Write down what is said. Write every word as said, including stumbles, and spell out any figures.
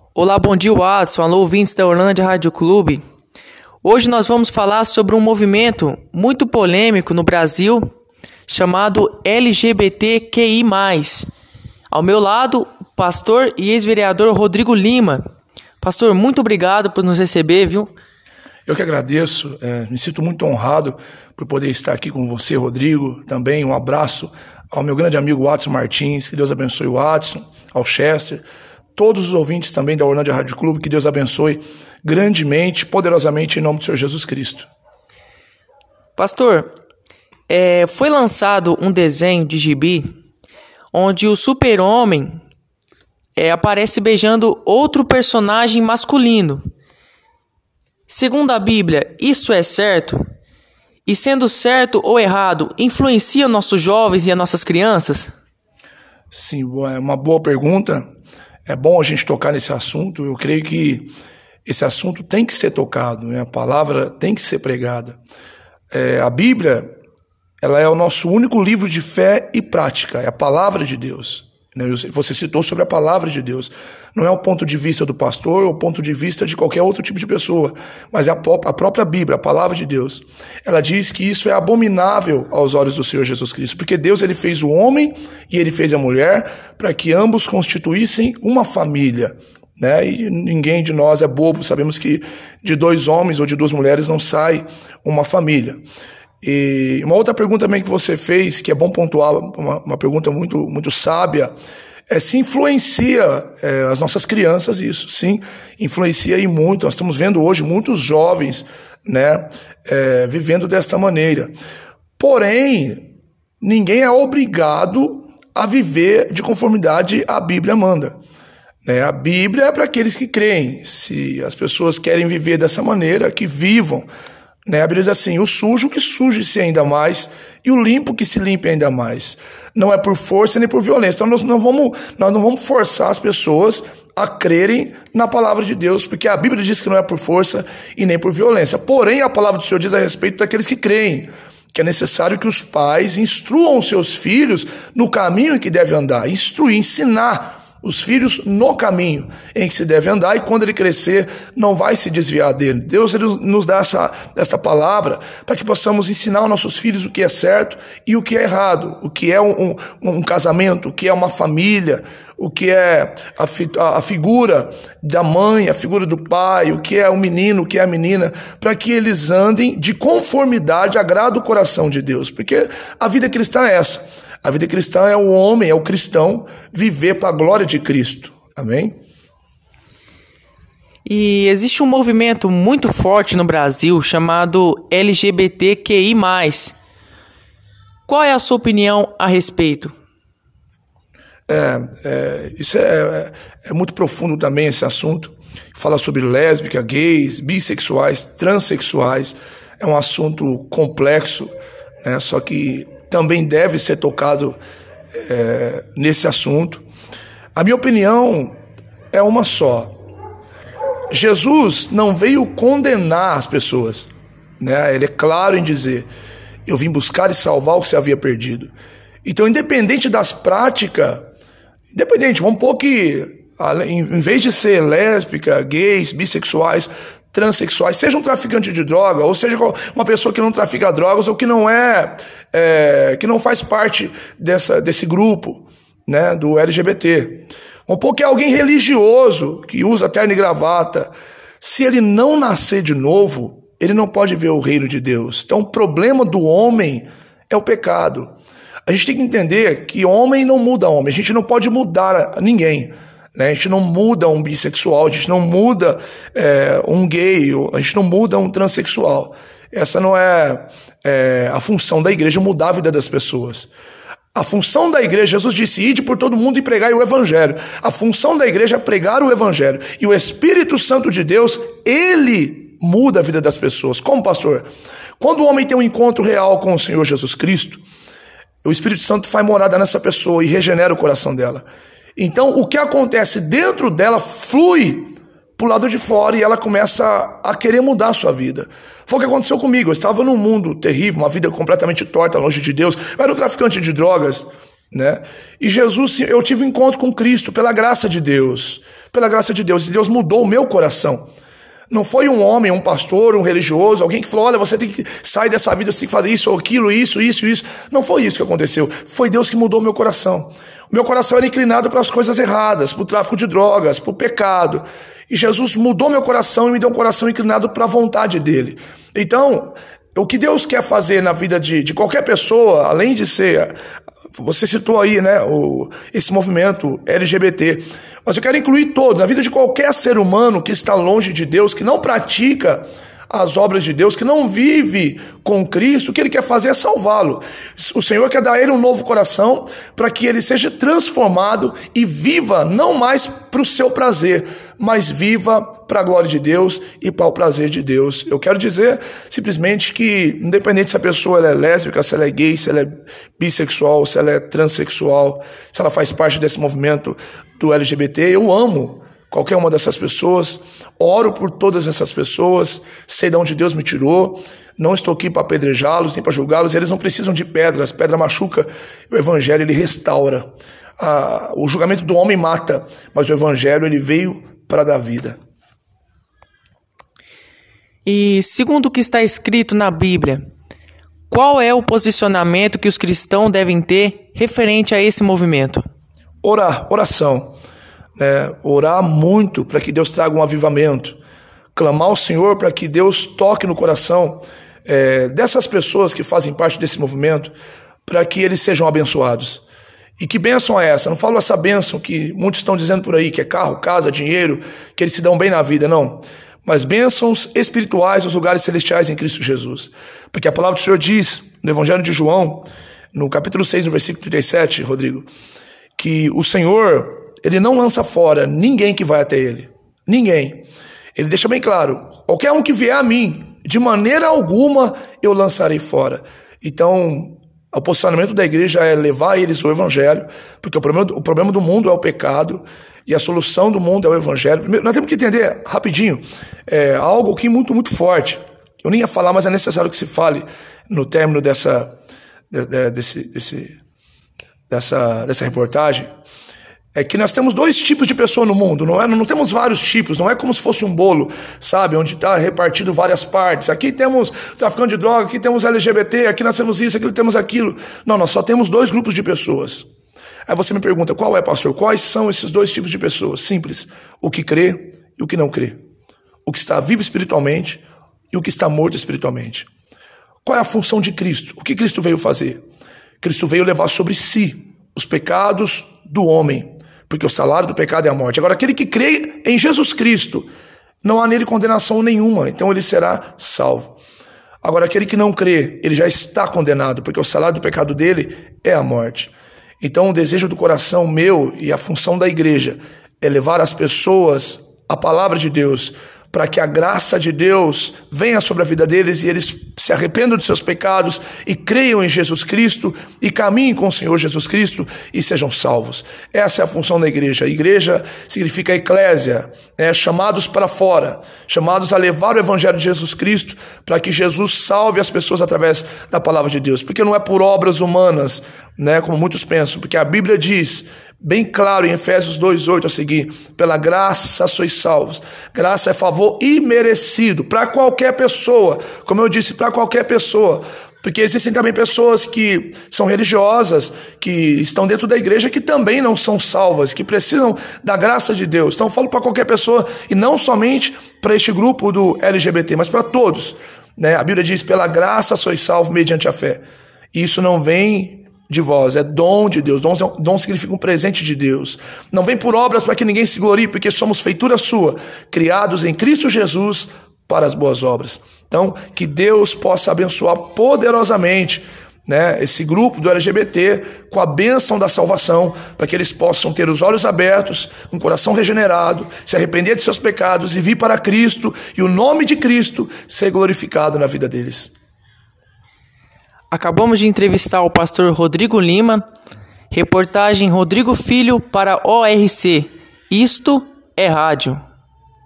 Olá, bom dia, Watson. Alô, ouvintes da Orlândia Rádio Clube. Hoje nós vamos falar sobre um movimento muito polêmico no Brasil chamado L G B T Q I mais. Ao meu lado, o pastor e ex-vereador Rodrigo Lima. Pastor, muito obrigado por nos receber, viu? Eu que agradeço, é, me sinto muito honrado por poder estar aqui com você, Rodrigo. Também um abraço ao meu grande amigo Watson Martins, que Deus abençoe o Watson, ao Chester, todos os ouvintes também da Orlândia Rádio Clube, que Deus abençoe grandemente, poderosamente, em nome do Senhor Jesus Cristo. Pastor, é, foi lançado um desenho de gibi onde o super-homem é, aparece beijando outro personagem masculino. Segundo a Bíblia, isso é certo? E sendo certo ou errado, influencia nossos jovens e as nossas crianças? Sim, é uma boa pergunta. É bom a gente tocar nesse assunto. Eu creio que esse assunto tem que ser tocado, né? A palavra tem que ser pregada. É, a Bíblia, ela é o nosso único livro de fé e prática, é a palavra de Deus. Você citou sobre a palavra de Deus. Não é o ponto de vista do pastor ou o ponto de vista de qualquer outro tipo de pessoa, mas é a própria Bíblia, a palavra de Deus. Ela diz que isso é abominável aos olhos do Senhor Jesus Cristo, porque Deus ele fez o homem e ele fez a mulher para que ambos constituíssem uma família. Né? E ninguém de nós é bobo, sabemos que de dois homens ou de duas mulheres não sai uma família. E uma outra pergunta também que você fez, que é bom pontuar, uma, uma pergunta muito, muito sábia, é se influencia é, as nossas crianças isso, sim, influencia e muito. Nós estamos vendo hoje muitos jovens, né, é, vivendo desta maneira. Porém, ninguém é obrigado a viver de conformidade à Bíblia manda. Né? A Bíblia é para aqueles que creem. Se as pessoas querem viver dessa maneira, que vivam. Né? A Bíblia diz assim, o sujo que suje-se ainda mais e o limpo que se limpe ainda mais. Não é por força nem por violência. Então nós não vamos, nós não vamos forçar as pessoas a crerem na palavra de Deus, porque a Bíblia diz que não é por força e nem por violência. Porém, a palavra do Senhor diz a respeito daqueles que creem, que é necessário que os pais instruam os seus filhos no caminho em que devem andar, instruir, ensinar os filhos no caminho em que se deve andar, e quando ele crescer, não vai se desviar dele. Deus ele nos dá essa, essa palavra para que possamos ensinar aos nossos filhos o que é certo e o que é errado, o que é um, um, um casamento, o que é uma família, o que é a, fi, a, a figura da mãe, a figura do pai, o que é o menino, o que é a menina, para que eles andem de conformidade, agrada o coração de Deus, porque a vida cristã é essa. A vida cristã é o homem, é o cristão, viver para a glória de Cristo. Amém? E existe um movimento muito forte no Brasil chamado L G B T Q I mais. Qual é a sua opinião a respeito? É, é, isso é, é, é muito profundo também esse assunto. Fala sobre lésbica, gays, bissexuais, transexuais. É um assunto complexo, né? Só que também deve ser tocado é, nesse assunto. A minha opinião é uma só. Jesus não veio condenar as pessoas, né? Ele é claro em dizer, eu vim buscar e salvar o que se havia perdido. Então, independente das práticas, independente, vamos pôr que, em vez de ser lésbica, gays, bissexuais, transexuais, seja um traficante de droga, ou seja uma pessoa que não trafica drogas, ou que não é, é que não faz parte dessa, desse grupo, né, do L G B T. Um pouco que é alguém religioso, que usa terno e gravata. Se ele não nascer de novo, ele não pode ver o reino de Deus. Então o problema do homem é o pecado. A gente tem que entender que homem não muda homem, a gente não pode mudar ninguém. A gente não muda um bissexual, a gente não muda é, um gay, a gente não muda um transexual. Essa não é, é a função da igreja, mudar a vida das pessoas. A função da igreja, Jesus disse, ide por todo mundo e pregai o evangelho. A função da igreja é pregar o evangelho. E o Espírito Santo de Deus, ele muda a vida das pessoas. Como, pastor? Quando o homem tem um encontro real com o Senhor Jesus Cristo, o Espírito Santo faz morada nessa pessoa e regenera o coração dela. Então, o que acontece dentro dela flui para o lado de fora e ela começa a, a querer mudar a sua vida. Foi o que aconteceu comigo. Eu estava num mundo terrível, uma vida completamente torta, longe de Deus. Eu era um traficante de drogas, né? E Jesus, eu tive um encontro com Cristo pela graça de Deus, pela graça de Deus. E Deus mudou o meu coração. Não foi um homem, um pastor, um religioso, alguém que falou, olha, você tem que sair dessa vida, você tem que fazer isso ou aquilo, isso, isso, isso. Não foi isso que aconteceu. Foi Deus que mudou o meu coração. O meu coração era inclinado para as coisas erradas, para o tráfico de drogas, para o pecado. E Jesus mudou meu coração e me deu um coração inclinado para a vontade dele. Então, o que Deus quer fazer na vida de, de qualquer pessoa, além de ser... Você citou aí, né, o, esse movimento L G B T. Mas eu quero incluir todos, a vida de qualquer ser humano que está longe de Deus, que não pratica as obras de Deus, que não vive com Cristo, o que ele quer fazer é salvá-lo. O Senhor quer dar a ele um novo coração para que ele seja transformado e viva não mais para o seu prazer, mas viva para a glória de Deus e para o prazer de Deus. Eu quero dizer simplesmente que, independente se a pessoa ela é lésbica, se ela é gay, se ela é bissexual, se ela é transexual, se ela faz parte desse movimento do L G B T, eu amo qualquer uma dessas pessoas, oro por todas essas pessoas, sei de onde Deus me tirou, não estou aqui para apedrejá-los, nem para julgá-los, eles não precisam de pedras, pedra machuca, o Evangelho ele restaura. Ah, o julgamento do homem mata, mas o Evangelho ele veio para dar vida. E segundo o que está escrito na Bíblia, qual é o posicionamento que os cristãos devem ter referente a esse movimento? Orar, oração. É, orar muito para que Deus traga um avivamento, clamar ao Senhor para que Deus toque no coração é, dessas pessoas que fazem parte desse movimento, para que eles sejam abençoados. E que bênção é essa? Não falo essa bênção que muitos estão dizendo por aí, que é carro, casa, dinheiro, que eles se dão bem na vida, não. Mas bênçãos espirituais nos lugares celestiais em Cristo Jesus. Porque a palavra do Senhor diz, no Evangelho de João, no capítulo seis, no versículo trinta e sete, Rodrigo, que o Senhor... Ele não lança fora ninguém que vai até ele. Ninguém. Ele deixa bem claro, qualquer um que vier a mim, de maneira alguma eu lançarei fora. Então, o posicionamento da igreja é levar a eles o evangelho, porque o problema, o problema do mundo é o pecado, e a solução do mundo é o evangelho. Primeiro, nós temos que entender, rapidinho, é algo que é muito, muito forte. Eu nem ia falar, mas é necessário que se fale no término dessa, de, de, desse, desse, dessa, dessa reportagem. É que nós temos dois tipos de pessoa no mundo, não é? Não temos vários tipos, não é como se fosse um bolo, sabe? Onde está repartido várias partes. Aqui temos traficante de droga, aqui temos L G B T, aqui nós temos isso, aqui temos aquilo. Não, nós só temos dois grupos de pessoas. Aí você me pergunta, qual é, pastor? Quais são esses dois tipos de pessoas? Simples, o que crê e o que não crê. O que está vivo espiritualmente e o que está morto espiritualmente. Qual é a função de Cristo? O que Cristo veio fazer? Cristo veio levar sobre si os pecados do homem, porque o salário do pecado é a morte. Agora, aquele que crê em Jesus Cristo, não há nele condenação nenhuma, então ele será salvo. Agora, aquele que não crê, ele já está condenado, porque o salário do pecado dele é a morte. Então, o desejo do coração meu e a função da igreja é levar as pessoas a palavra de Deus, para que a graça de Deus venha sobre a vida deles e eles se arrependam de seus pecados e creiam em Jesus Cristo e caminhem com o Senhor Jesus Cristo e sejam salvos. Essa é a função da igreja. A igreja significa eclésia, né? Chamados para fora, chamados a levar o evangelho de Jesus Cristo para que Jesus salve as pessoas através da palavra de Deus. Porque não é por obras humanas, né, como muitos pensam, porque a Bíblia diz bem claro em Efésios dois, oito a seguir, pela graça sois salvos. Graça é favor imerecido para qualquer pessoa, como eu disse, para qualquer pessoa, porque existem também pessoas que são religiosas, que estão dentro da igreja, que também não são salvas, que precisam da graça de Deus. Então eu falo para qualquer pessoa, e não somente para este grupo do L G B T, mas para todos, né? A Bíblia diz, pela graça sois salvos mediante a fé. E isso não vem de vós, é dom de Deus. Dom, dom significa um presente de Deus. Não vem por obras para que ninguém se glorie, porque somos feitura sua, criados em Cristo Jesus para as boas obras. Então, que Deus possa abençoar poderosamente, né, esse grupo do L G B T com a bênção da salvação, para que eles possam ter os olhos abertos, um coração regenerado, se arrepender de seus pecados e vir para Cristo, e o nome de Cristo ser glorificado na vida deles. Acabamos de entrevistar o pastor Rodrigo Lima, reportagem Rodrigo Filho para O R C. Isto é rádio.